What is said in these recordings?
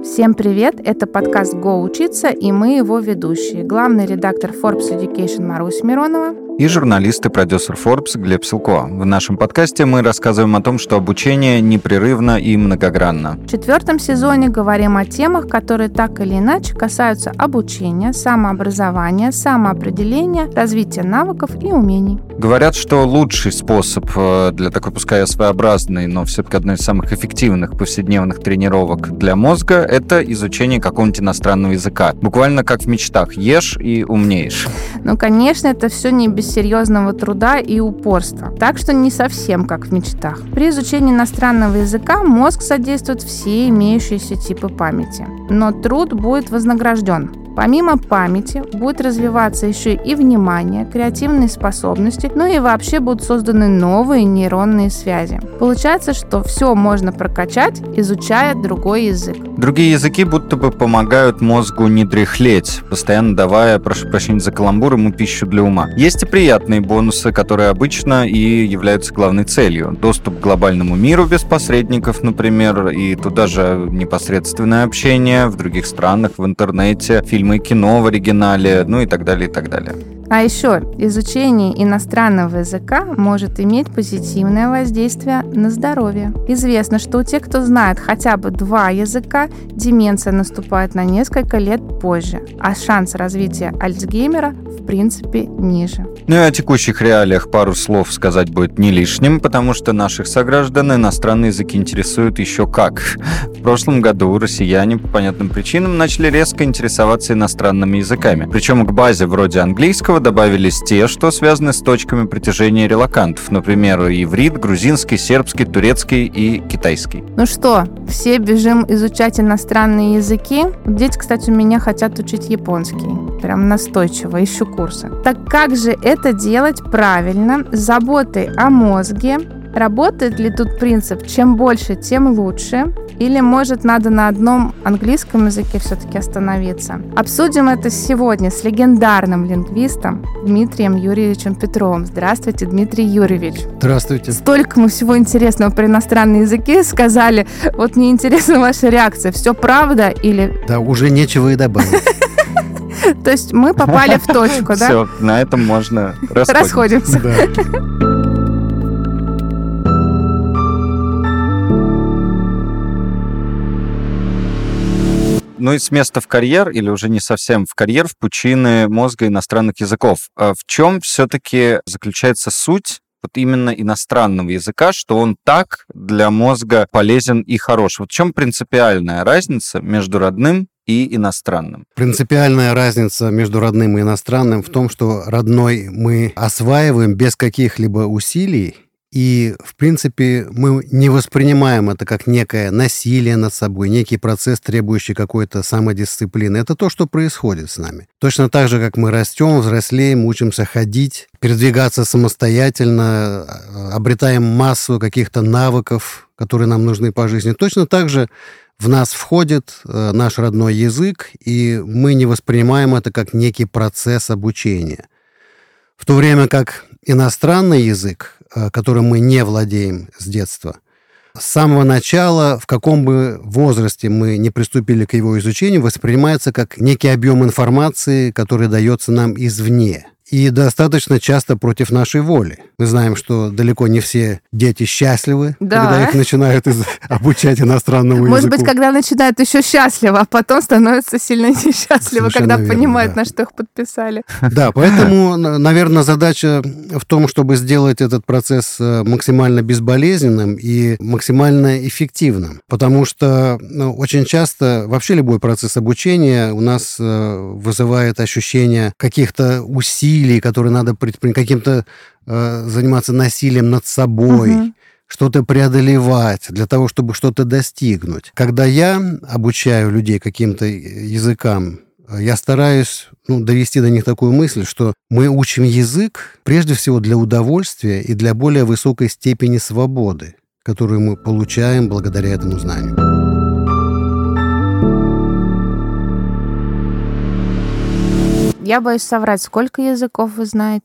Всем привет! Это подкаст «Го учиться» и мы его ведущие. Главный редактор Forbes Education Маруся Миронова и журналист и продюсер Forbes Глеб Силко. В нашем подкасте мы рассказываем о том, что обучение непрерывно и многогранно. В 4 сезоне говорим о темах, которые так или иначе касаются обучения, самообразования, самоопределения, развития навыков и умений. Говорят, что лучший способ для такой, пускай своеобразной, но все-таки одной из самых эффективных повседневных тренировок для мозга — это изучение какого-нибудь иностранного языка. Буквально как в мечтах: ешь и умнеешь. Ну, конечно, это все не без серьезного труда и упорства. Так что не совсем как в мечтах. При изучении иностранного языка мозг задействует все имеющиеся типы памяти. Но труд будет вознагражден. Помимо памяти будет развиваться еще и внимание, креативные способности, ну и вообще будут созданы новые нейронные связи. Получается, что все можно прокачать, изучая другой язык. Другие языки будто бы помогают мозгу не дряхлеть, постоянно давая, прошу прощения за каламбур, ему пищу для ума. Есть и приятные бонусы, которые обычно и являются главной целью. Доступ к глобальному миру без посредников, например, и туда же непосредственное общение в других странах, в интернете, фильмы и кино в оригинале, ну и так далее, и так далее. А еще изучение иностранного языка может иметь позитивное воздействие на здоровье. Известно, что у тех, кто знает хотя бы 2 языка, деменция наступает на несколько лет позже, а шанс развития Альцгеймера в принципе ниже. Ну и о текущих реалиях пару слов сказать будет не лишним, потому что наших сограждан иностранные языки интересуют еще как. В прошлом году россияне по понятным причинам начали резко интересоваться иностранными языками. Причем к базе вроде английского добавились те, что связаны с точками притяжения релокантов. Например, иврит, грузинский, сербский, турецкий и китайский. Ну что, все бежим изучать иностранные языки? Дети, кстати, у меня хотят учить японский. Прям настойчиво, ищу курсы. Так как же это делать правильно, с заботой о мозге? Работает ли тут принцип «чем больше, тем лучше»? Или, может, надо на одном английском языке все-таки остановиться? Обсудим это сегодня с легендарным лингвистом Дмитрием Юрьевичем Петровым. Здравствуйте, Дмитрий Юрьевич. Здравствуйте. Столько мы всего интересного про иностранные языки сказали. Вот мне интересна ваша реакция. Все правда или... Да, уже нечего и добавить. То есть мы попали в точку, да? Все, на этом можно расходимся. Ну и с места в карьер, или уже не совсем в карьер, в пучины мозга иностранных языков. В чем все-таки заключается суть вот именно иностранного языка, что он так для мозга полезен и хорош? Вот в чем принципиальная разница между родным и иностранным? Принципиальная разница между родным и иностранным в том, что родной мы осваиваем без каких-либо усилий, и, в принципе, мы не воспринимаем это как некое насилие над собой, некий процесс, требующий какой-то самодисциплины. Это то, что происходит с нами. Точно так же, как мы растем, взрослеем, учимся ходить, передвигаться самостоятельно, обретаем массу каких-то навыков, которые нам нужны по жизни. Точно так же в нас входит наш родной язык, и мы не воспринимаем это как некий процесс обучения. В то время как иностранный язык, которым мы не владеем с детства, с самого начала, в каком бы возрасте мы не приступили к его изучению, воспринимается как некий объем информации, который дается нам извне. И достаточно часто против нашей воли. Мы знаем, что далеко не все дети счастливы, когда их начинают обучать иностранному языку. Может быть, когда начинают еще счастливо, а потом становятся сильно несчастливы, когда понимают, на что их подписали. Да, поэтому, наверное, задача в том, чтобы сделать этот процесс максимально безболезненным и максимально эффективным. Потому что очень часто вообще любой процесс обучения у нас вызывает ощущение каких-то усилий, которые надо каким-то заниматься насилием над собой, что-то преодолевать для того, чтобы что-то достигнуть. Когда я обучаю людей каким-то языкам, я стараюсь довести до них такую мысль, что мы учим язык прежде всего для удовольствия и для более высокой степени свободы, которую мы получаем благодаря этому знанию. Я боюсь соврать. Сколько языков вы знаете?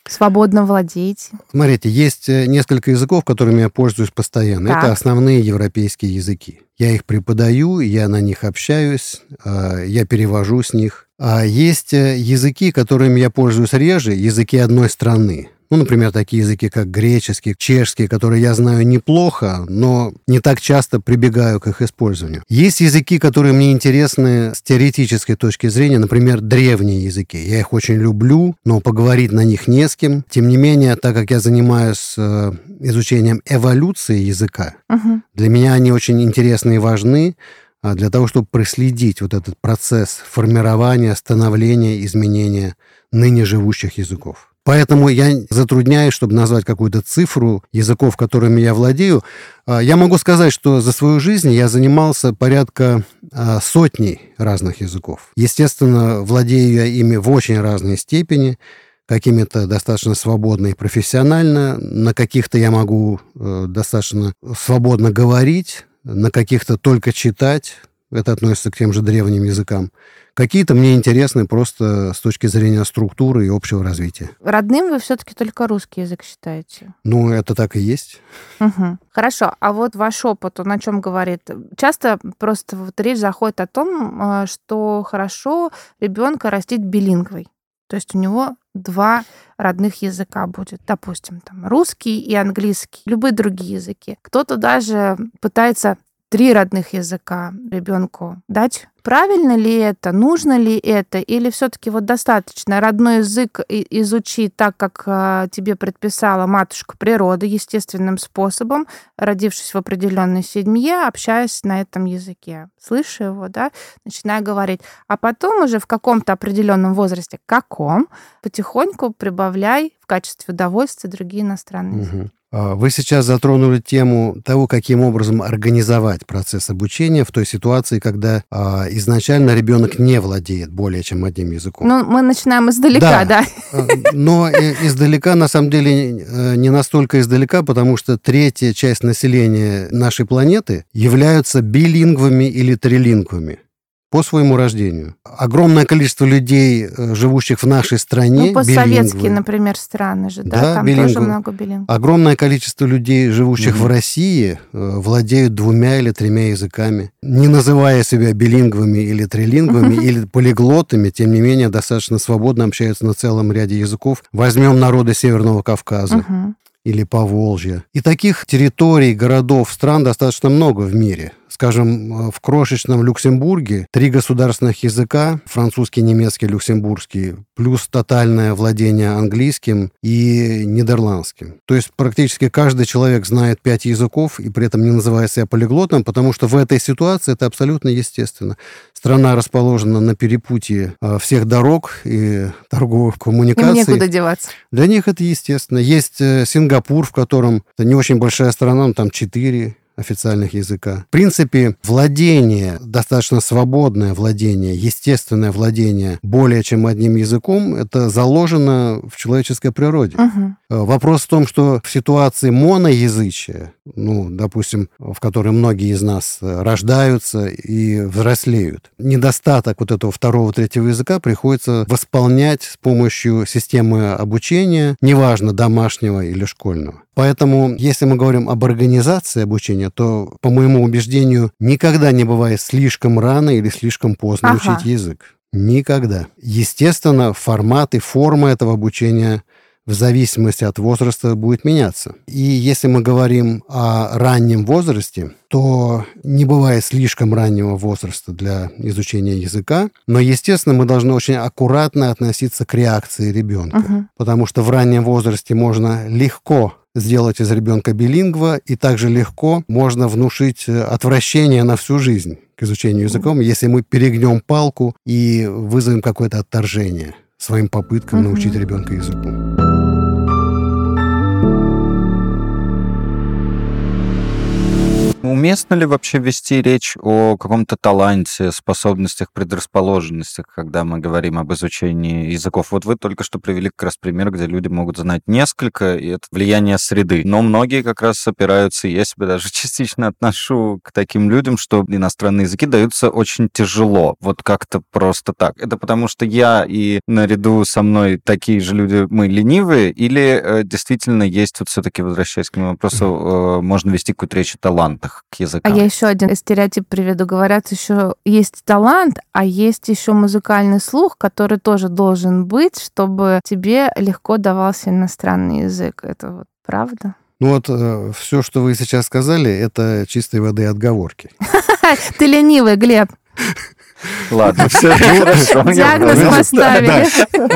Свободно владеете. Смотрите, есть несколько языков, которыми я пользуюсь постоянно. Так. Это основные европейские языки. Я их преподаю, я на них общаюсь, я перевожу с них. А есть языки, которыми я пользуюсь реже, языки одной страны. Ну, например, такие языки, как греческий, чешский, которые я знаю неплохо, но не так часто прибегаю к их использованию. Есть языки, которые мне интересны с теоретической точки зрения, например, древние языки. Я их очень люблю, но поговорить на них не с кем. Тем не менее, так как я занимаюсь изучением эволюции языка, для меня они очень интересны и важны для того, чтобы проследить вот этот процесс формирования, становления, изменения ныне живущих языков. Поэтому я затрудняюсь, чтобы назвать какую-то цифру языков, которыми я владею. Я могу сказать, что за свою жизнь я занимался порядка сотней разных языков. Естественно, владею я ими в очень разной степени, какими-то достаточно свободно и профессионально, на каких-то я могу достаточно свободно говорить, на каких-то только читать. Это относится к тем же древним языкам. Какие-то мне интересны просто с точки зрения структуры и общего развития. Родным вы все-таки только русский язык считаете? Ну, это так и есть. Хорошо. А вот ваш опыт, он о чем говорит? Часто просто вот речь заходит о том, что хорошо ребенка растить билингвой. То есть у него 2 родных языка будет. Допустим, там русский и английский, любые другие языки. Кто-то даже пытается 3 родных языка ребенку дать. Правильно ли это? Нужно ли это? Или все-таки вот достаточно родной язык изучить так, как тебе предписала матушка природа, естественным способом, родившись в определенной семье, общаясь на этом языке, слыша его, да, начиная говорить. А потом уже в каком-то определенном возрасте, потихоньку прибавляй в качестве удовольствия другие иностранные языки. Вы сейчас затронули тему того, каким образом организовать процесс обучения в той ситуации, когда изначально ребенок не владеет более чем одним языком. Ну, мы начинаем издалека, да. Но издалека, на самом деле, не настолько издалека, потому что 1/3 часть населения нашей планеты являются билингвами или трилингвами по своему рождению. Огромное количество людей, живущих в нашей стране, постсоветские, например, страны же, да, там билингвы. тоже много билингвов. Огромное количество людей, живущих в России, владеют 2 или 3 языками. Не называя себя билингвами или трилингвами, или полиглотами, тем не менее, достаточно свободно общаются на целом ряде языков. Возьмем народы Северного Кавказа. Или Поволжья. И таких территорий, городов, стран достаточно много в мире. Скажем, в крошечном Люксембурге 3 государственных языка, французский, немецкий, люксембургский, плюс тотальное владение английским и нидерландским. То есть практически каждый человек знает 5 языков и при этом не называет себя полиглотом, потому что в этой ситуации это абсолютно естественно. Страна расположена на перепутье всех дорог и торговых коммуникаций. Им некуда деваться. Для них это естественно. Есть Сингапур, в котором это не очень большая страна, но там 4 официальных языка. В принципе, владение, достаточно свободное владение, естественное владение более чем одним языком, это заложено в человеческой природе. Вопрос в том, что в ситуации моноязычия, допустим, в которой многие из нас рождаются и взрослеют, недостаток вот этого 2-3 языка приходится восполнять с помощью системы обучения, неважно, домашнего или школьного. Поэтому, если мы говорим об организации обучения, то, по моему убеждению, никогда не бывает слишком рано или слишком поздно учить язык. Никогда. Естественно, формат и форма этого обучения в зависимости от возраста будет меняться. И если мы говорим о раннем возрасте, то не бывает слишком раннего возраста для изучения языка, но, естественно, мы должны очень аккуратно относиться к реакции ребенка, потому что в раннем возрасте можно легко сделать из ребенка билингва, и также легко можно внушить отвращение на всю жизнь к изучению языком, если мы перегнем палку и вызовем какое-то отторжение своим попыткам научить ребенка языку. У уместно ли вообще вести речь о каком-то таланте, способностях, предрасположенностях, когда мы говорим об изучении языков? Вот вы только что привели как раз пример, где люди могут знать несколько, и это влияние среды. Но многие как раз опираются, и я себя даже частично отношу к таким людям, что иностранные языки даются очень тяжело. Вот как-то просто так. Это потому что я и наряду со мной такие же люди, мы ленивые, или действительно есть, вот все-таки возвращаясь к моему вопросу, можно вести какую-то речь о талантах к языкам? А я еще один стереотип приведу. Говорят, еще есть талант, а есть еще музыкальный слух, который тоже должен быть, чтобы тебе легко давался иностранный язык. Это вот правда? Ну вот все, что вы сейчас сказали, это чистой воды отговорки. Ты ленивый, Глеб. Ладно, все хорошо. Диагноз поставили.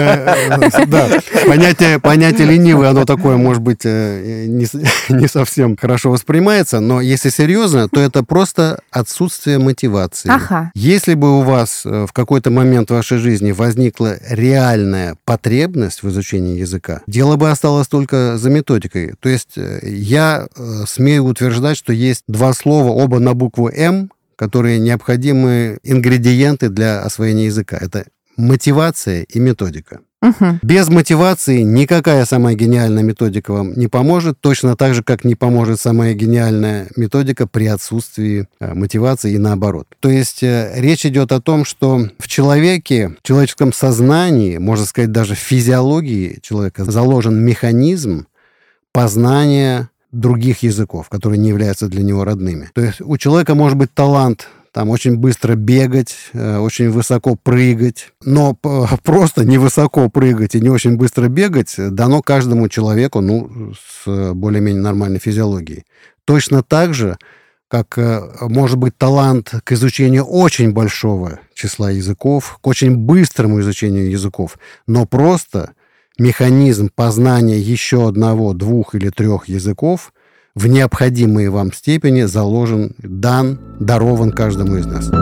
Да, понятие ленивый, оно такое, может быть, не совсем хорошо воспринимается, но если серьезно, то это просто отсутствие мотивации. Ага. Если бы у вас в какой-то момент в вашей жизни возникла реальная потребность в изучении языка, дело бы осталось только за методикой. То есть я смею утверждать, что есть два слова, оба на букву «М», которые необходимы ингредиенты для освоения языка. Это мотивация и методика. Угу. Без мотивации никакая самая гениальная методика вам не поможет, точно так же, как не поможет самая гениальная методика при отсутствии мотивации и наоборот. То есть речь идет о том, что в человеке, в человеческом сознании, можно сказать, даже в физиологии человека заложен механизм познания других языков, которые не являются для него родными. То есть у человека может быть талант там очень быстро бегать, очень высоко прыгать, но просто не высоко прыгать и не очень быстро бегать дано каждому человеку, с более-менее нормальной физиологией. Точно так же, как может быть талант к изучению очень большого числа языков, к очень быстрому изучению языков, но просто механизм познания еще одного, двух или трех языков в необходимой вам степени заложен, дарован каждому из нас.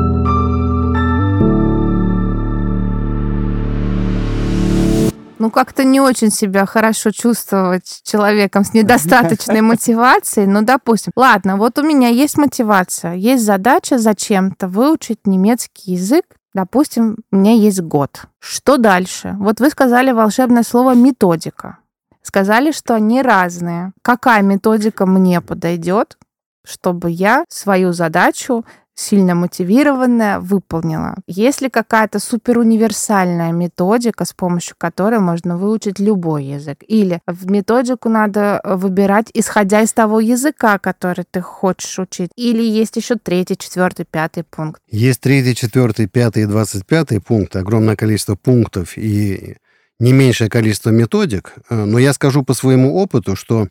Как-то не очень себя хорошо чувствовать человеком с недостаточной мотивацией. Допустим. Ладно, вот у меня есть мотивация, есть задача зачем-то выучить немецкий язык. Допустим, у меня есть год. Что дальше? Вот вы сказали волшебное слово «методика». Сказали, что они разные. Какая методика мне подойдет, чтобы я свою задачу сильно мотивированная выполнила? Есть ли какая-то суперуниверсальная методика, с помощью которой можно выучить любой язык? Или в методику надо выбирать, исходя из того языка, который ты хочешь учить? Или есть еще 3, 4, 5 пункт? Есть 3, 4, 5 и 25 пункт, огромное количество пунктов и не меньшее количество методик. Но я скажу по своему опыту, что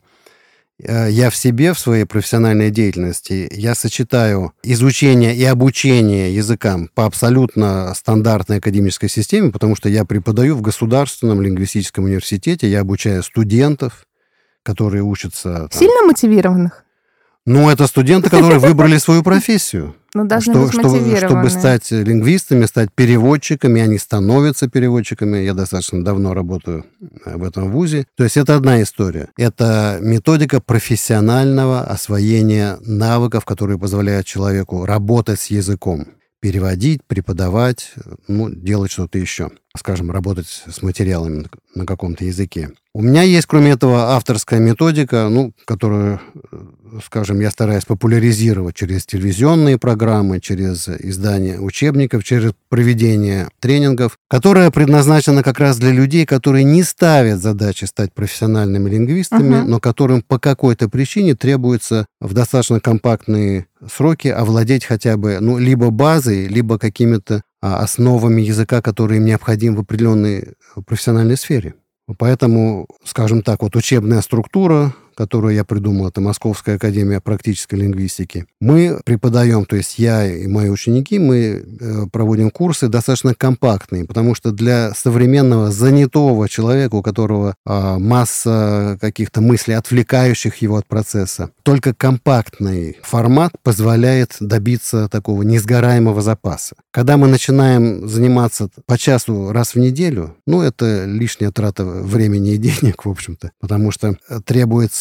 я в себе, в своей профессиональной деятельности, я сочетаю изучение и обучение языкам по абсолютно стандартной академической системе, потому что я преподаю в Государственном лингвистическом университете, я обучаю студентов, которые учатся... Сильно мотивированных? Это студенты, которые выбрали свою профессию. Должны быть мотивированные. Чтобы стать лингвистами, стать переводчиками, они становятся переводчиками. Я достаточно давно работаю в этом вузе. То есть это одна история. Это методика профессионального освоения навыков, которые позволяют человеку работать с языком. Переводить, преподавать, делать что-то еще. Скажем, работать с материалами на каком-то языке. У меня есть, кроме этого, авторская методика, которую, скажем, я стараюсь популяризировать через телевизионные программы, через издание учебников, через проведение тренингов, которая предназначена как раз для людей, которые не ставят задачи стать профессиональными лингвистами, но которым по какой-то причине требуется в достаточно компактные сроки овладеть хотя бы, либо базой, либо какими-то основами языка, которые им необходимы в определенной профессиональной сфере. Поэтому, скажем так, учебная структура, которую я придумал, это Московская академия практической лингвистики. Мы преподаем, то есть я и мои ученики, мы проводим курсы достаточно компактные, потому что для современного занятого человека, у которого масса каких-то мыслей, отвлекающих его от процесса, только компактный формат позволяет добиться такого несгораемого запаса. Когда мы начинаем заниматься по часу раз в неделю, это лишняя трата времени и денег, в общем-то, потому что требуется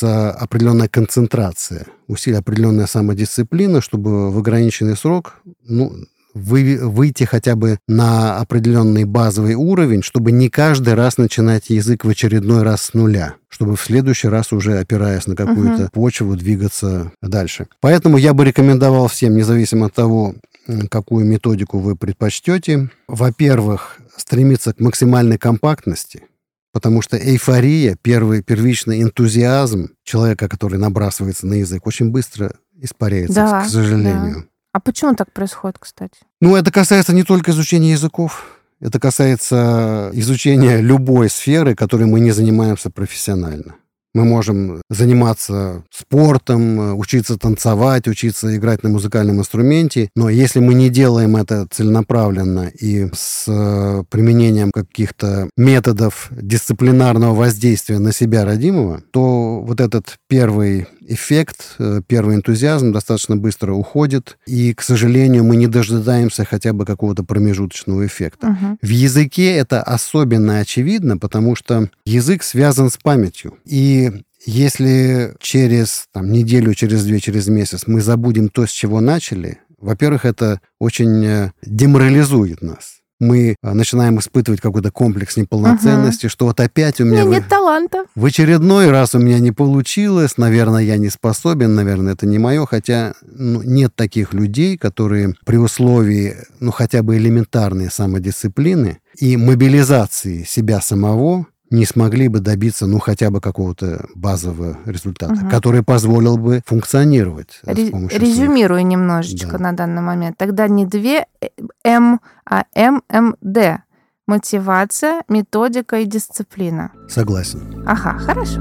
требуется определенная концентрация, усилия, определенная самодисциплина, чтобы в ограниченный срок выйти хотя бы на определенный базовый уровень, чтобы не каждый раз начинать язык в очередной раз с нуля, чтобы в следующий раз уже, опираясь на какую-то почву, двигаться дальше. Поэтому я бы рекомендовал всем, независимо от того, какую методику вы предпочтете, во-первых, стремиться к максимальной компактности, потому что эйфория, первичный энтузиазм человека, который набрасывается на язык, очень быстро испаряется, к сожалению. Да. А почему так происходит, кстати? Это касается не только изучения языков, это касается изучения любой сферы, которой мы не занимаемся профессионально. Мы можем заниматься спортом, учиться танцевать, учиться играть на музыкальном инструменте, но если мы не делаем это целенаправленно и с применением каких-то методов дисциплинарного воздействия на себя родимого, то вот этот первый эффект, первый энтузиазм достаточно быстро уходит, и, к сожалению, мы не дожидаемся хотя бы какого-то промежуточного эффекта. В языке это особенно очевидно, потому что язык связан с памятью. И если через неделю, через 2, через месяц мы забудем то, с чего начали, во-первых, это очень деморализует нас. Мы начинаем испытывать какой-то комплекс неполноценности, что вот опять у меня... нет таланта. В очередной раз у меня не получилось, наверное, я не способен, наверное, это не мое, хотя нет таких людей, которые при условии, хотя бы элементарной самодисциплины и мобилизации себя самого не смогли бы добиться, хотя бы какого-то базового результата, который позволил бы функционировать с помощью Резюмирую немножечко на данный момент. Тогда не 2 М, а ММД. Мотивация, методика и дисциплина. Согласен. Ага, хорошо.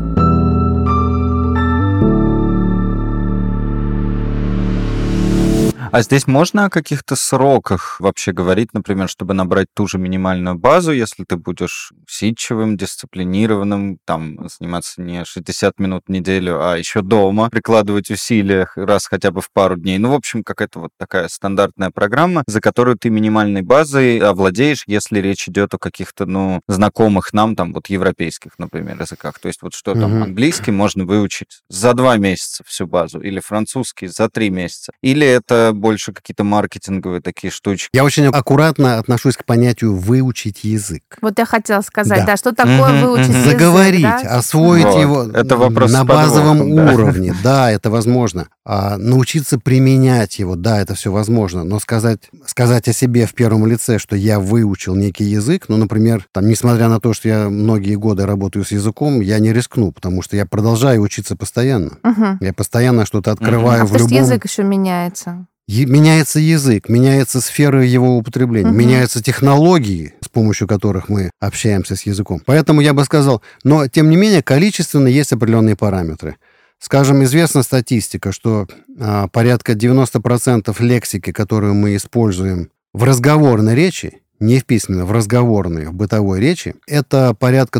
А здесь можно о каких-то сроках вообще говорить, например, чтобы набрать ту же минимальную базу, если ты будешь усидчивым, дисциплинированным, заниматься не 60 минут в неделю, а еще дома, прикладывать усилия раз хотя бы в пару дней. В общем, какая-то вот такая стандартная программа, за которую ты минимальной базой овладеешь, если речь идет о каких-то, знакомых нам, европейских, например, языках. То есть что английский можно выучить за 2 месяца всю базу, или французский за 3 месяца. Или это больше какие-то маркетинговые такие штучки. Я очень аккуратно отношусь к понятию «выучить язык». Вот я хотела сказать, что такое выучить язык? Заговорить, освоить его это вопрос на базовом уровне. Да, это возможно. Научиться применять его, да, это все возможно. Но сказать о себе в первом лице, что я выучил некий язык, например, несмотря на то, что я многие годы работаю с языком, я не рискну, потому что я продолжаю учиться постоянно. Я постоянно что-то открываю в любом... А язык еще меняется. Меняется язык, меняется сфера его употребления, меняются технологии, с помощью которых мы общаемся с языком. Поэтому я бы сказал, но тем не менее количественно есть определенные параметры. Скажем, известна статистика, что порядка 90% лексики, которую мы используем в разговорной речи, не в письменной, в разговорной, в бытовой речи, это порядка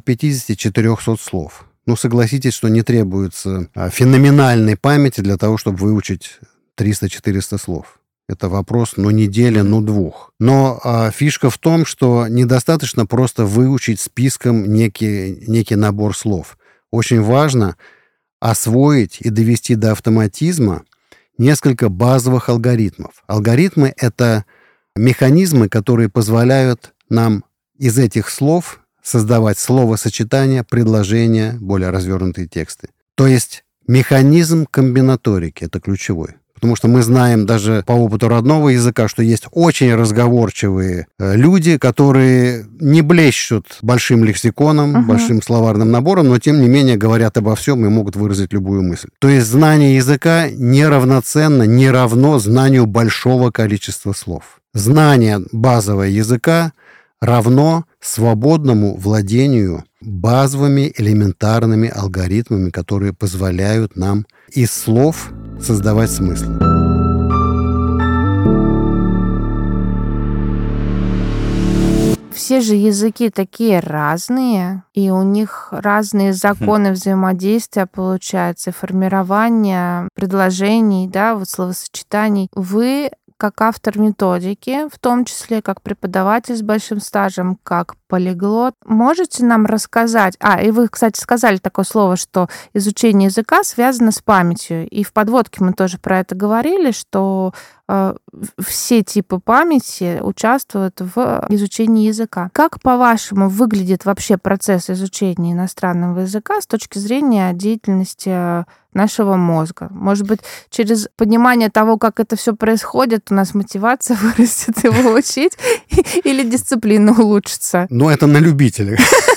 350-400 слов. Согласитесь, что не требуется феноменальной памяти для того, чтобы выучить 300-400 слов. Это вопрос, недели, 2. Но фишка в том, что недостаточно просто выучить списком некий набор слов. Очень важно освоить и довести до автоматизма несколько базовых алгоритмов. Алгоритмы — это механизмы, которые позволяют нам из этих слов создавать словосочетания, предложения, более развернутые тексты. То есть механизм комбинаторики — это ключевой. Потому что мы знаем даже по опыту родного языка, что есть очень разговорчивые люди, которые не блещут большим лексиконом, большим словарным набором, но тем не менее говорят обо всем и могут выразить любую мысль. То есть знание языка не равно знанию большого количества слов. Знание базового языка равно свободному владению базовыми элементарными алгоритмами, которые позволяют нам из слов создавать смыслы. Все же языки такие разные, и у них разные законы взаимодействия, получается, формирование предложений, словосочетаний. Вы как автор методики, в том числе как преподаватель с большим стажем, как полиглот. Можете нам рассказать... И вы, кстати, сказали такое слово, что изучение языка связано с памятью. И в подводке мы тоже про это говорили, что все типы памяти участвуют в изучении языка. Как, по-вашему, выглядит вообще процесс изучения иностранного языка с точки зрения деятельности нашего мозга? Может быть, через понимание того, как это все происходит, у нас мотивация вырастет его учить или дисциплина улучшится? Это на любителя.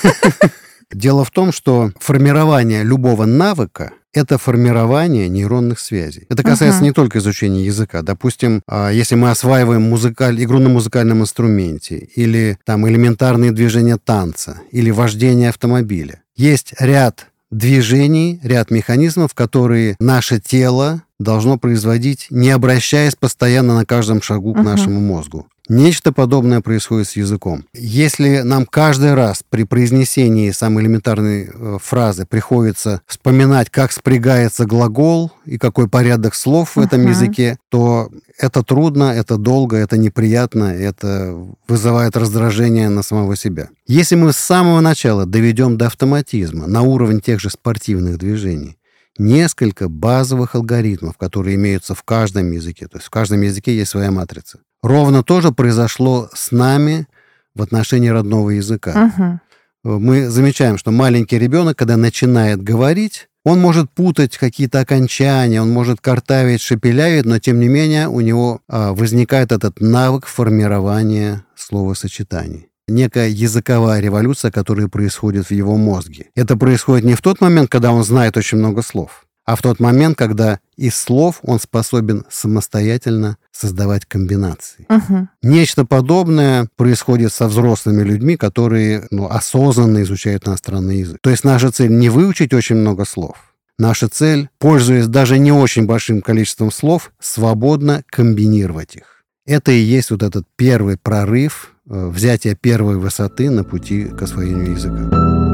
Дело в том, что формирование любого навыка — это формирование нейронных связей. Это касается не только изучения языка. Допустим, если мы осваиваем игру на музыкальном инструменте, или там элементарные движения танца, или вождение автомобиля. Есть ряд движений, ряд механизмов, которые наше тело должно производить, не обращаясь постоянно на каждом шагу к нашему мозгу. Нечто подобное происходит с языком. Если нам каждый раз при произнесении самой элементарной фразы приходится вспоминать, как спрягается глагол и какой порядок слов в этом языке, то это трудно, это долго, это неприятно, это вызывает раздражение на самого себя. Если мы с самого начала доведем до автоматизма на уровень тех же спортивных движений, несколько базовых алгоритмов, которые имеются в каждом языке, то есть в каждом языке есть своя матрица. Ровно то же произошло с нами в отношении родного языка. Мы замечаем, что маленький ребенок, когда начинает говорить, он может путать какие-то окончания, он может картавить, шепелявить, но тем не менее у него возникает этот навык формирования словосочетаний. Некая языковая революция, которая происходит в его мозге. Это происходит не в тот момент, когда он знает очень много слов, а в тот момент, когда из слов он способен самостоятельно создавать комбинации. Нечто подобное происходит со взрослыми людьми, которые осознанно изучают иностранный язык. То есть наша цель не выучить очень много слов. Наша цель, пользуясь даже не очень большим количеством слов, свободно комбинировать их. Это и есть вот этот первый прорыв, взятие первой высоты на пути к освоению языка.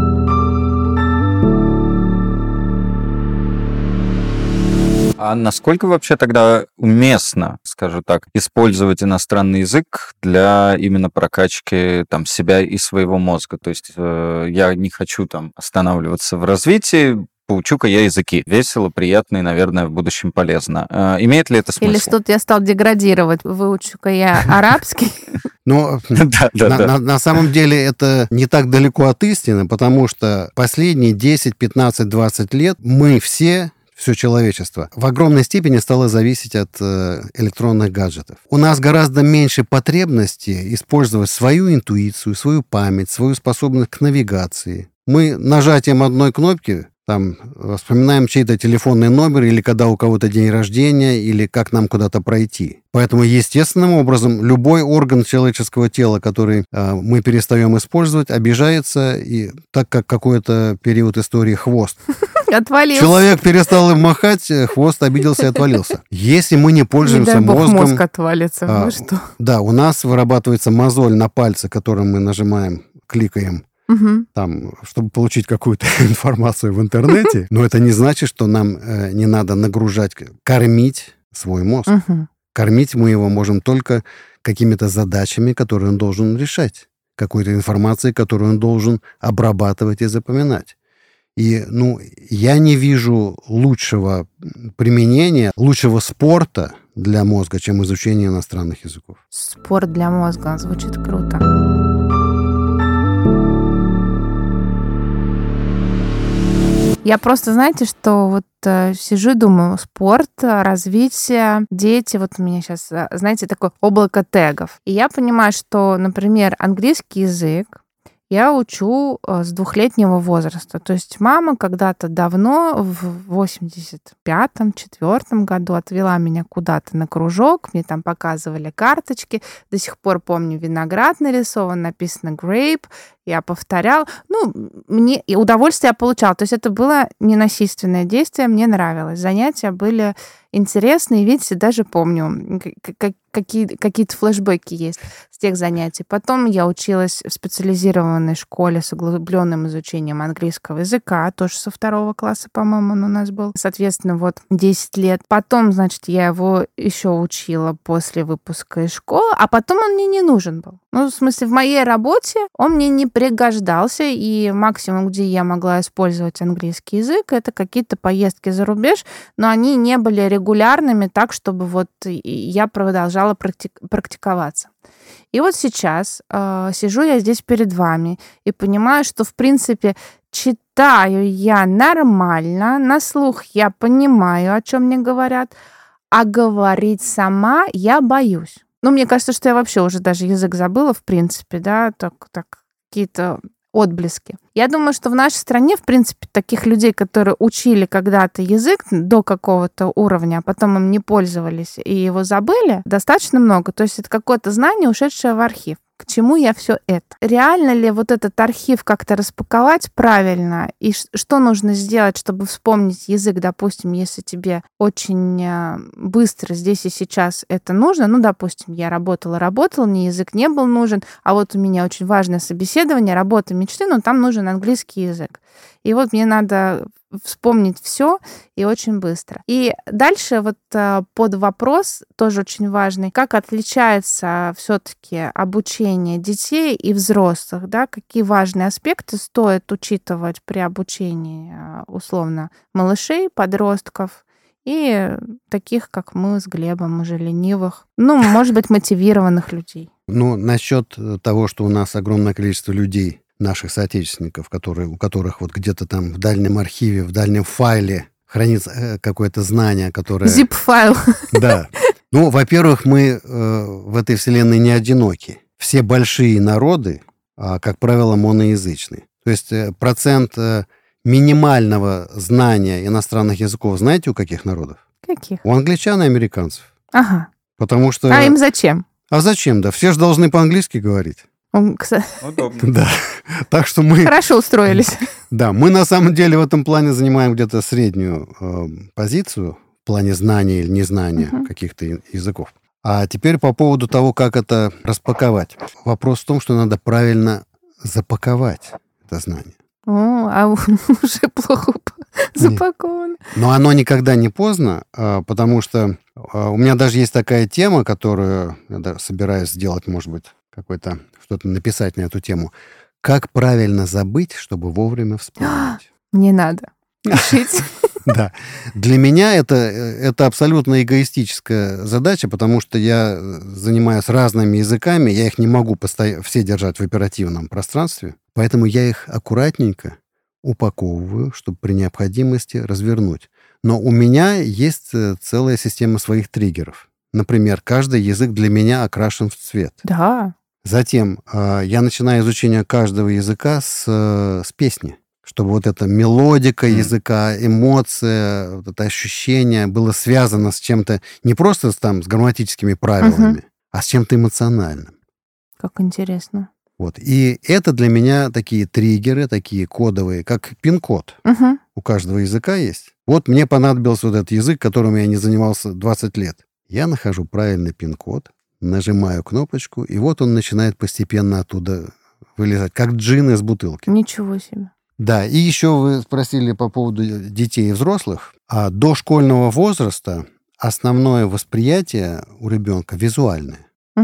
А насколько вообще тогда уместно, скажу так, использовать иностранный язык для именно прокачки себя и своего мозга? То есть я не хочу останавливаться в развитии, поучу-ка я языки. Весело, приятно и, наверное, в будущем полезно. Имеет ли это смысл? Или что-то я стал деградировать, выучу-ка я арабский. На самом деле это не так далеко от истины, потому что последние 10, 15, 20 лет мы все человечество в огромной степени стало зависеть от электронных гаджетов. У нас гораздо меньше потребности использовать свою интуицию, свою память, свою способность к навигации. Мы нажатием одной кнопки вспоминаем чей-то телефонный номер, или когда у кого-то день рождения, или как нам куда-то пройти. Поэтому естественным образом любой орган человеческого тела, который мы перестаем использовать, обижается, и так как какой-то период истории хвост отвалился. Человек перестал им махать, хвост обиделся и отвалился. Если мы не пользуемся мозгом... мозг отвалится. Вы что? Да, у нас вырабатывается мозоль на пальце, которым мы нажимаем, кликаем, чтобы получить какую-то информацию в интернете. Но это не значит, что нам не надо нагружать, кормить свой мозг. Кормить мы его можем только какими-то задачами, которые он должен решать, какой-то информацией, которую он должен обрабатывать и запоминать. И, я не вижу лучшего применения, лучшего спорта для мозга, чем изучение иностранных языков. Спорт для мозга звучит круто. Я просто, знаете, что сижу и думаю, спорт, развитие, дети, у меня сейчас, знаете, такое облако тегов. И я понимаю, что, например, английский язык я учу с 2-летнего возраста. То есть мама когда-то давно, в 85-м, 4-м году отвела меня куда-то на кружок, мне там показывали карточки, до сих пор помню, виноград нарисован, написано grape, я повторял. Мне и удовольствие я получала. То есть это было ненасильственное действие, мне нравилось. Занятия были интересные, видите, даже помню, какие-то флешбеки есть с тех занятий. Потом я училась в специализированной школе с углубленным изучением английского языка, тоже со 2 класса, по-моему, он у нас был. Соответственно, 10 лет. Потом, значит, я его еще учила после выпуска из школы, а потом он мне не нужен был. Ну, в смысле, в моей работе он мне не пригождался, и максимум, где я могла использовать английский язык, это какие-то поездки за рубеж, но они не были регулярными так, чтобы вот я продолжала практиковаться. И вот сейчас сижу я здесь перед вами и понимаю, что, в принципе, читаю я нормально, на слух я понимаю, о чем мне говорят, а говорить сама я боюсь. Ну, мне кажется, что я вообще уже даже язык забыла, в принципе, да, так какие-то отблески. Я думаю, что в нашей стране, в принципе, таких людей, которые учили когда-то язык до какого-то уровня, а потом им не пользовались и его забыли, достаточно много. То есть это какое-то знание, ушедшее в архив. К чему я все это? Реально ли вот этот архив как-то распаковать правильно? И что нужно сделать, чтобы вспомнить язык, допустим, если тебе очень быстро здесь и сейчас это нужно? Ну, допустим, я работала, мне язык не был нужен, а вот у меня очень важное собеседование, работа мечты, но там нужен английский язык. И вот мне надо вспомнить все и очень быстро. И дальше вот под вопрос, тоже очень важный, как отличается все-таки обучение детей и взрослых, да, какие важные аспекты стоит учитывать при обучении, условно, малышей, подростков и таких, как мы с Глебом, уже ленивых, ну, может быть, мотивированных людей. Ну, насчет того, что у нас огромное количество людей, наших соотечественников, у которых вот где-то там в дальнем архиве, в дальнем файле хранится какое-то знание, которое... Zip-файл. Да. Ну, во-первых, мы в этой вселенной не одиноки. Все большие народы, как правило, моноязычные. То есть процент минимального знания иностранных языков знаете у каких народов? Каких? У англичан и американцев. Ага. Потому что... А им зачем? А зачем? Да все же должны по-английски говорить. Удобно. Да. Так что мы... Хорошо устроились. Да, мы на самом деле в этом плане занимаем где-то среднюю позицию в плане знания или незнания каких-то языков. А теперь по поводу того, как это распаковать. Вопрос в том, что надо правильно запаковать это знание. А уже плохо запаковано. Но оно никогда не поздно, потому что у меня даже есть такая тема, которую я собираюсь сделать, может быть, что-то написать на эту тему. Как правильно забыть, чтобы вовремя вспомнить? Не надо. Пишите. Да. Для меня это абсолютно эгоистическая задача, потому что я занимаюсь разными языками, я их не могу все держать в оперативном пространстве, поэтому я их аккуратненько упаковываю, чтобы при необходимости развернуть. Но у меня есть целая система своих триггеров. Например, каждый язык для меня окрашен в цвет. Да. Затем я начинаю изучение каждого языка с песни, чтобы вот эта мелодика языка, эмоция, вот это ощущение было связано с чем-то не просто с грамматическими правилами, а с чем-то эмоциональным. Как интересно. Вот. И это для меня такие триггеры, такие кодовые, как пин-код. У каждого языка есть. Вот мне понадобился вот этот язык, которым я не занимался 20 лет. Я нахожу правильный пин-код, нажимаю кнопочку, и вот он начинает постепенно оттуда вылезать, как джин из бутылки. Ничего себе. Да, и еще вы спросили по поводу детей и взрослых. А до школьного возраста основное восприятие у ребенка визуальное.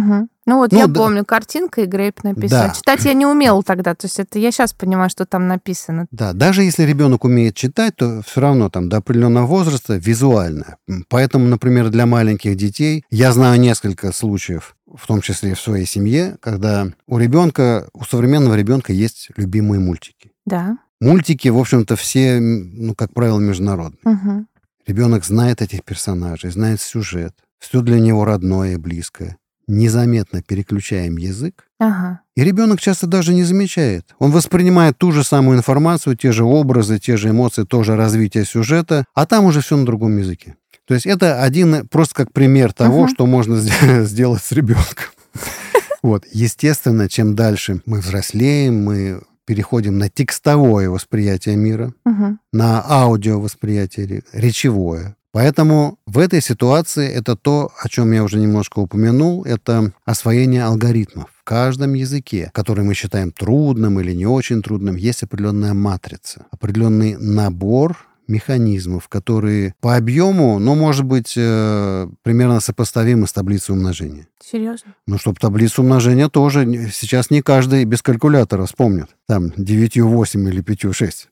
Ну вот я помню, картинка и грейп написано. Да. Читать я не умела тогда, то есть это я сейчас понимаю, что там написано. Да, даже если ребенок умеет читать, то все равно до определенного возраста визуально. Поэтому, например, для маленьких детей я знаю несколько случаев, в том числе в своей семье, когда у современного ребенка есть любимые мультики. Да. Мультики, в общем-то, все, как правило, международные. Ребенок знает этих персонажей, знает сюжет, все для него родное и близкое. Незаметно переключаем язык, и ребенок часто даже не замечает. Он воспринимает ту же самую информацию, те же образы, те же эмоции, тоже развитие сюжета, а там уже все на другом языке. То есть это просто как пример того, что можно сделать с ребенком. Вот. Естественно, чем дальше мы взрослеем, мы переходим на текстовое восприятие мира, на аудиовосприятие, речевое. Поэтому в этой ситуации это то, о чем я уже немножко упомянул, это освоение алгоритмов. В каждом языке, который мы считаем трудным или не очень трудным, есть определенная матрица, определенный набор механизмов, которые по объему, может быть, примерно сопоставимы с таблицей умножения. Серьезно? Чтобы таблицу умножения тоже сейчас не каждый без калькулятора вспомнит. Там 9,8 или 5,6.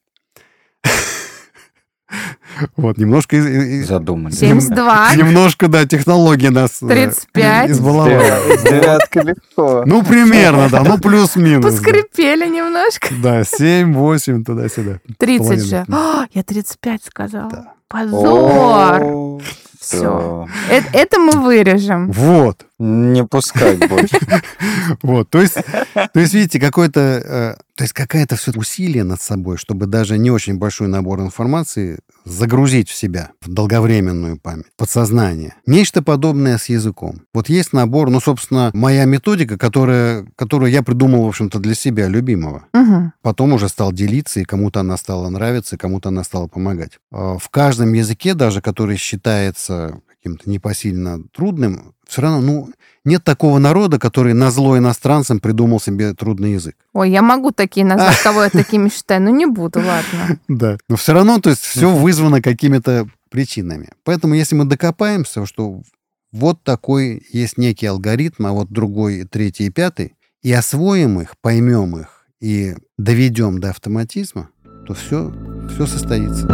Немножко... Задумались. 72. Немножко, технологии нас 35. избаловали. Девятка легко. Примерно, да, плюс-минус. Поскрипели немножко. Да, 7, 8, туда-сюда. 30 же. Я 35 сказала. Да. Позор. Все. Это мы вырежем. Не пускать больше. То есть, видите, какая-то все усилие над собой, чтобы даже не очень большой набор информации загрузить в себя, в долговременную память, подсознание. Нечто подобное с языком. Есть набор, собственно, моя методика, которую я придумал, в общем-то, для себя, любимого. Угу. Потом уже стал делиться, и кому-то она стала нравиться, и кому-то она стала помогать. В каждом языке, даже который считается каким-то непосильно трудным, все равно, нет такого народа, который назло иностранцам придумал себе трудный язык. Ой, я могу такие назвать, кого я такими считаю, но не буду, ладно. Да, но все равно, то есть все вызвано какими-то причинами. Поэтому если мы докопаемся, что такой есть некий алгоритм, а другой, третий и пятый, и освоим их, поймем их и доведем до автоматизма, то все состоится.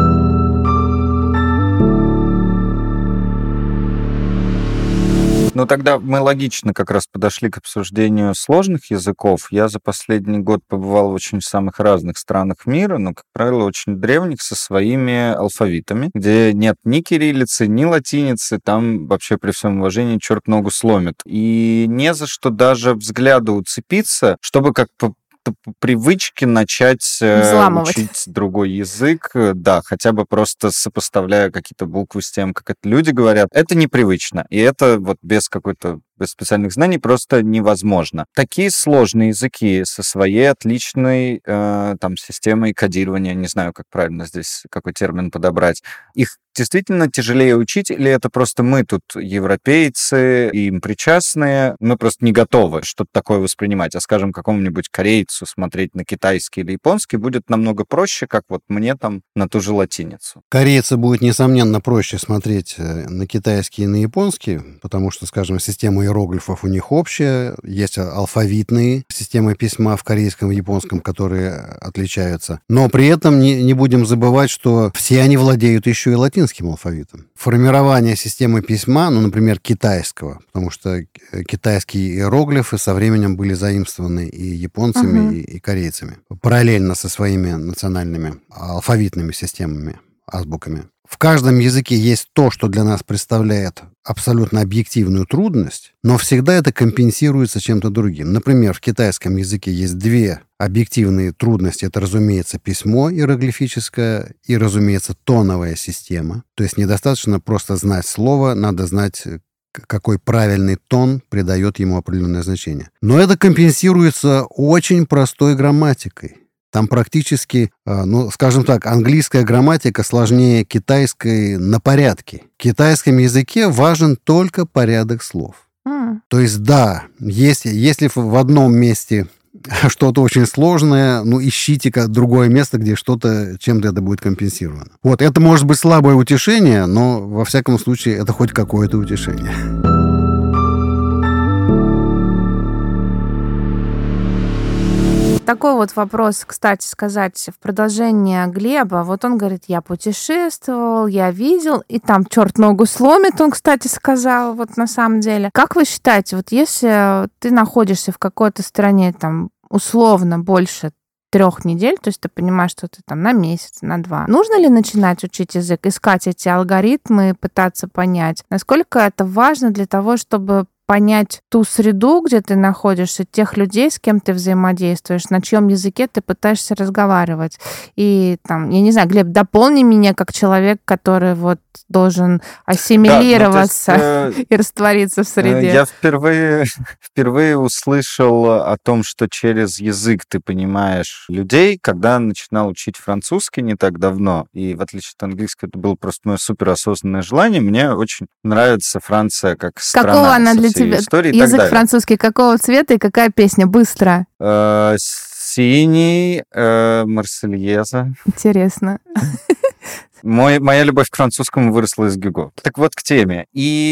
Тогда мы логично как раз подошли к обсуждению сложных языков. Я за последний год побывал в очень самых разных странах мира, но, как правило, очень древних, со своими алфавитами, где нет ни кириллицы, ни латиницы, там вообще при всем уважении черт ногу сломит. И не за что даже взгляду уцепиться, чтобы как по привычке начать учить другой язык, да, хотя бы просто сопоставляя какие-то буквы с тем, как это люди говорят. Это непривычно, и это без специальных знаний просто невозможно. Такие сложные языки со своей отличной системой кодирования, не знаю, как правильно здесь, какой термин подобрать, их действительно тяжелее учить, или это просто мы тут европейцы, и им причастные, мы просто не готовы что-то такое воспринимать, а, скажем, какому-нибудь корейцу смотреть на китайский или японский будет намного проще, как мне там на ту же латиницу. Корейцу будет, несомненно, проще смотреть на китайский и на японский, потому что, скажем, система иероглифов у них общая, есть алфавитные системы письма в корейском и японском, которые отличаются. Но при этом не будем забывать, что все они владеют еще и латинским алфавитом. Формирование системы письма, например, китайского, потому что китайские иероглифы со временем были заимствованы и японцами, и корейцами, параллельно со своими национальными алфавитными системами, азбуками. В каждом языке есть то, что для нас представляет абсолютно объективную трудность, но всегда это компенсируется чем-то другим. Например, в китайском языке есть две объективные трудности. Это, разумеется, письмо иероглифическое и, разумеется, тоновая система. То есть недостаточно просто знать слово, надо знать, какой правильный тон придает ему определенное значение. Но это компенсируется очень простой грамматикой. Там практически, скажем так, английская грамматика сложнее китайской на порядке. В китайском языке важен только порядок слов. То есть, да, если в одном месте что-то очень сложное, ищите другое место, где чем-то это будет компенсировано. Это может быть слабое утешение, но, во всяком случае, это хоть какое-то утешение. Такой вопрос, кстати сказать, в продолжение Глеба. Он говорит, я путешествовал, я видел, и там черт ногу сломит, он, кстати, сказал, на самом деле. Как вы считаете, если ты находишься в какой-то стране, условно, больше 3 недель, то есть ты понимаешь, что ты на месяц, на 2. Нужно ли начинать учить язык, искать эти алгоритмы, пытаться понять, насколько это важно для того, чтобы понять ту среду, где ты находишься, тех людей, с кем ты взаимодействуешь, на чьем языке ты пытаешься разговаривать. И я не знаю, Глеб, дополни меня как человек, который должен ассимилироваться и раствориться в среде. Я впервые услышал о том, что через язык ты понимаешь людей, когда начинал учить французский не так давно. И в отличие от английского, это было просто мое суперосознанное желание. Мне очень нравится Франция как страна. Какого она для тебя? Язык французский какого цвета и какая песня? Быстро. Синий, Марсельеза. Интересно. Моя любовь к французскому выросла из Гюго. Так вот, к теме.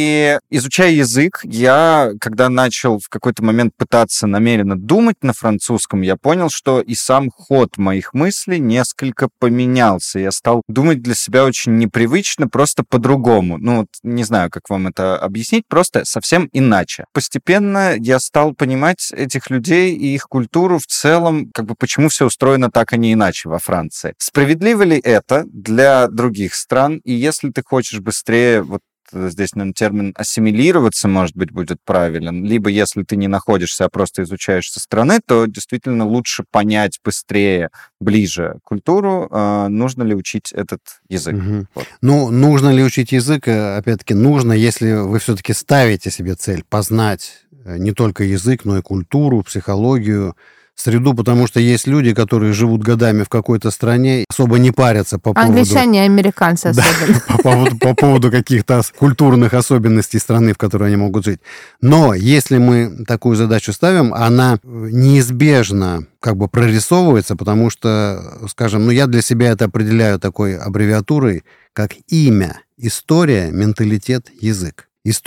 И изучая язык, я, когда начал в какой-то момент пытаться намеренно думать на французском, я понял, что и сам ход моих мыслей несколько поменялся. Я стал думать для себя очень непривычно, просто по-другому. Ну, вот не знаю, как вам это объяснить, просто совсем иначе. Постепенно я стал понимать этих людей и их культуру в целом, как бы почему все устроено так, а не иначе во Франции. Справедливо ли это для других стран? И если ты хочешь быстрее, вот здесь, наверное, термин ассимилироваться, может быть, будет правилен, либо если ты не находишься, а просто изучаешь со стороны, то действительно лучше понять быстрее, ближе культуру, нужно ли учить этот язык. Вот. Ну, нужно ли учить язык? Опять-таки, нужно, если вы все-таки ставите себе цель познать не только язык, но и культуру, психологию, среду, потому что есть люди, которые живут годами в какой-то стране, особо не парятся по поводу... Англичане и американцы особенно. По поводу каких-то культурных особенностей страны, в которой они могут жить. Но если мы такую задачу ставим, она неизбежно как бы прорисовывается, потому что, скажем, ну я для себя это определяю такой аббревиатурой, как имя, история, менталитет, язык.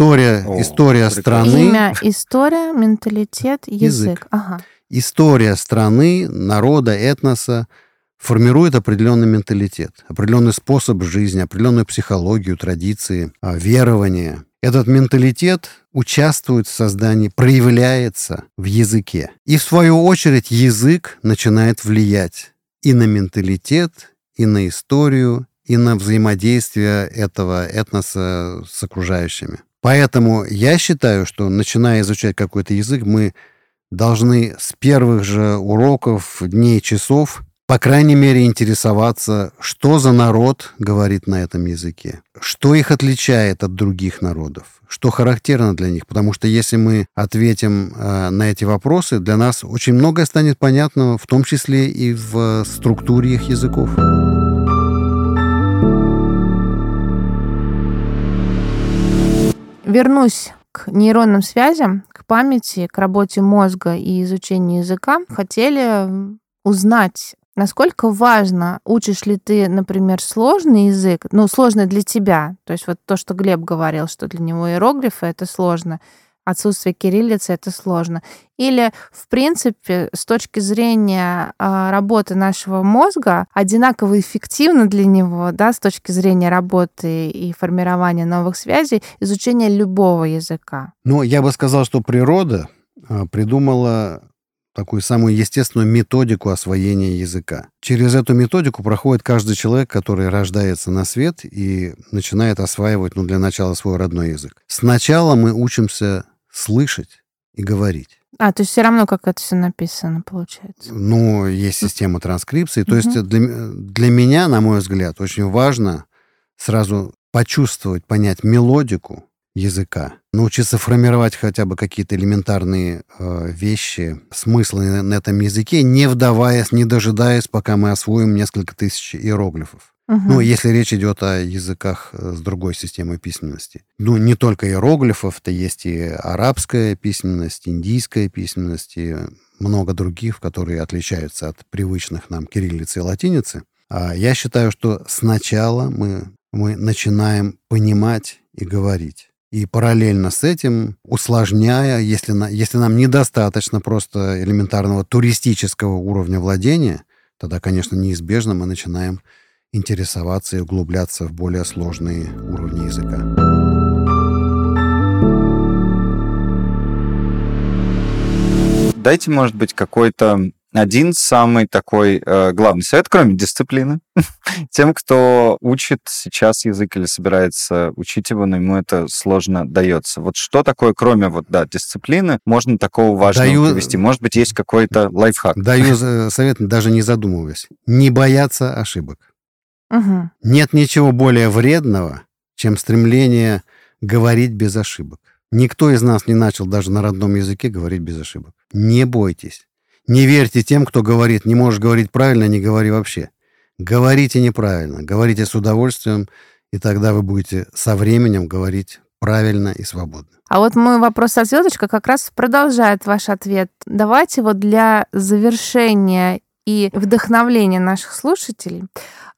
История страны... Имя, история, менталитет, язык. Ага. История страны, народа, этноса формирует определенный менталитет, определенный способ жизни, определенную психологию, традиции, верования. Этот менталитет участвует в создании, проявляется в языке. И, в свою очередь, язык начинает влиять и на менталитет, и на историю, и на взаимодействие этого этноса с окружающими. Поэтому я считаю, что, начиная изучать какой-то язык, мы должны с первых же уроков, дней, часов, по крайней мере, интересоваться, что за народ говорит на этом языке, что их отличает от других народов, что характерно для них. Потому что если мы ответим на эти вопросы, для нас очень многое станет понятно, в том числе и в структуре их языков. Вернусь к нейронным связям, к памяти, к работе мозга и изучению языка. Хотели узнать, насколько важно, учишь ли ты, например, сложный язык, ну, сложный для тебя. То есть вот то, что Глеб говорил, что для него иероглифы — это сложно, отсутствие кириллицы — это сложно. Или, в принципе, с точки зрения работы нашего мозга, одинаково эффективно для него, да, с точки зрения работы и формирования новых связей, изучение любого языка. Ну, я бы сказал, что природа придумала такую самую естественную методику освоения языка. Через эту методику проходит каждый человек, который рождается на свет и начинает осваивать, для начала свой родной язык. Сначала мы учимся слышать и говорить. То есть все равно, как это все написано, получается. Ну, есть система транскрипции. То есть для меня, на мой взгляд, очень важно сразу почувствовать, понять мелодику языка, научиться формировать хотя бы какие-то элементарные вещи, смыслы на этом языке, не вдаваясь, не дожидаясь, пока мы освоим несколько тысяч иероглифов. Ну, если речь идет о языках с другой системой письменности. Ну, не только иероглифов, то есть и арабская письменность, индийская письменность, и много других, которые отличаются от привычных нам кириллицы и латиницы. Я считаю, что сначала мы начинаем понимать и говорить. И параллельно с этим, усложняя, если нам недостаточно просто элементарного туристического уровня владения, тогда, конечно, неизбежно мы начинаем интересоваться и углубляться в более сложные уровни языка. Дайте, может быть, какой-то один самый такой главный совет, кроме дисциплины, тем, кто учит сейчас язык или собирается учить его, но ему это сложно дается. Вот что такое, кроме дисциплины, можно такого важного привести? Может быть, есть какой-то лайфхак? Даю совет, даже не задумываясь. Не бояться ошибок. Нет ничего более вредного, чем стремление говорить без ошибок. Никто из нас не начал даже на родном языке говорить без ошибок. Не бойтесь. Не верьте тем, кто говорит, не можешь говорить правильно, не говори вообще. Говорите неправильно, говорите с удовольствием, и тогда вы будете со временем говорить правильно и свободно. А вот мой вопрос со звездочкой как раз продолжает ваш ответ. Давайте для завершения и вдохновления наших слушателей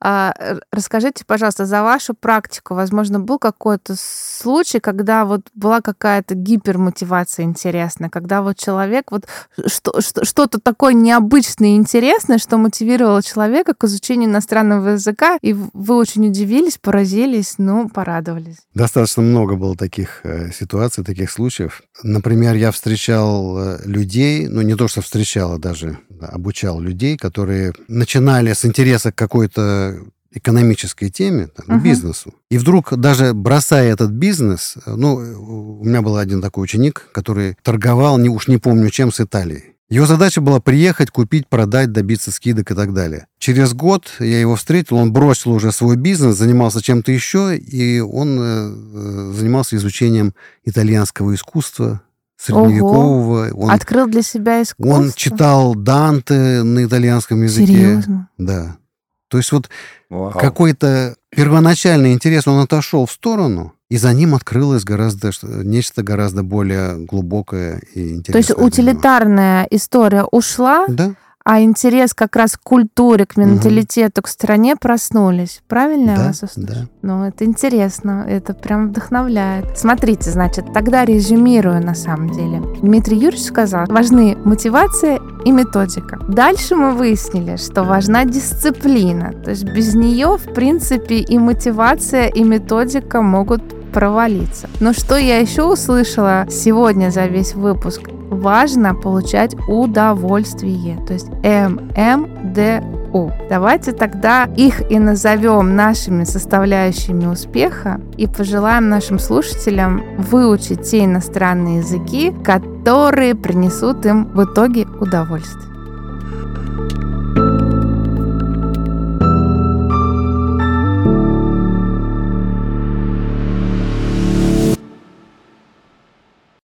Расскажите, пожалуйста, за вашу практику, возможно, был какой-то случай, когда вот была какая-то гипермотивация интересная, когда вот человек вот что-то такое необычное и интересное, что мотивировало человека к изучению иностранного языка, и вы очень удивились, поразились, порадовались. Достаточно много было таких ситуаций, таких случаев. Например, я встречал людей, не то что встречал, а даже обучал людей, которые начинали с интереса к какой-то экономической теме, бизнесу. И вдруг, даже бросая этот бизнес, у меня был один такой ученик, который торговал, уж не помню чем, с Италией. Его задача была приехать, купить, продать, добиться скидок и так далее. Через год я его встретил, он бросил уже свой бизнес, занимался чем-то еще, и он занимался изучением итальянского искусства, средневекового. Он открыл для себя искусство. Он читал Данте на итальянском языке. Серьезно? Да. То есть какой-то первоначальный интерес, он отошел в сторону, и за ним открылось нечто гораздо более глубокое и интересное. То есть утилитарная история ушла, да. А интерес как раз к культуре, к менталитету, к стране проснулись. Правильно я вас услышала? Да. Это интересно, это прям вдохновляет. Смотрите, значит, тогда резюмирую на самом деле. Дмитрий Юрьевич сказал, важны мотивация и методика. Дальше мы выяснили, что важна дисциплина. То есть без нее, в принципе, и мотивация, и методика могут провалиться. Но что я еще услышала сегодня за весь выпуск? Важно получать удовольствие, то есть ММДУ. Давайте тогда их и назовем нашими составляющими успеха и пожелаем нашим слушателям выучить те иностранные языки, которые принесут им в итоге удовольствие.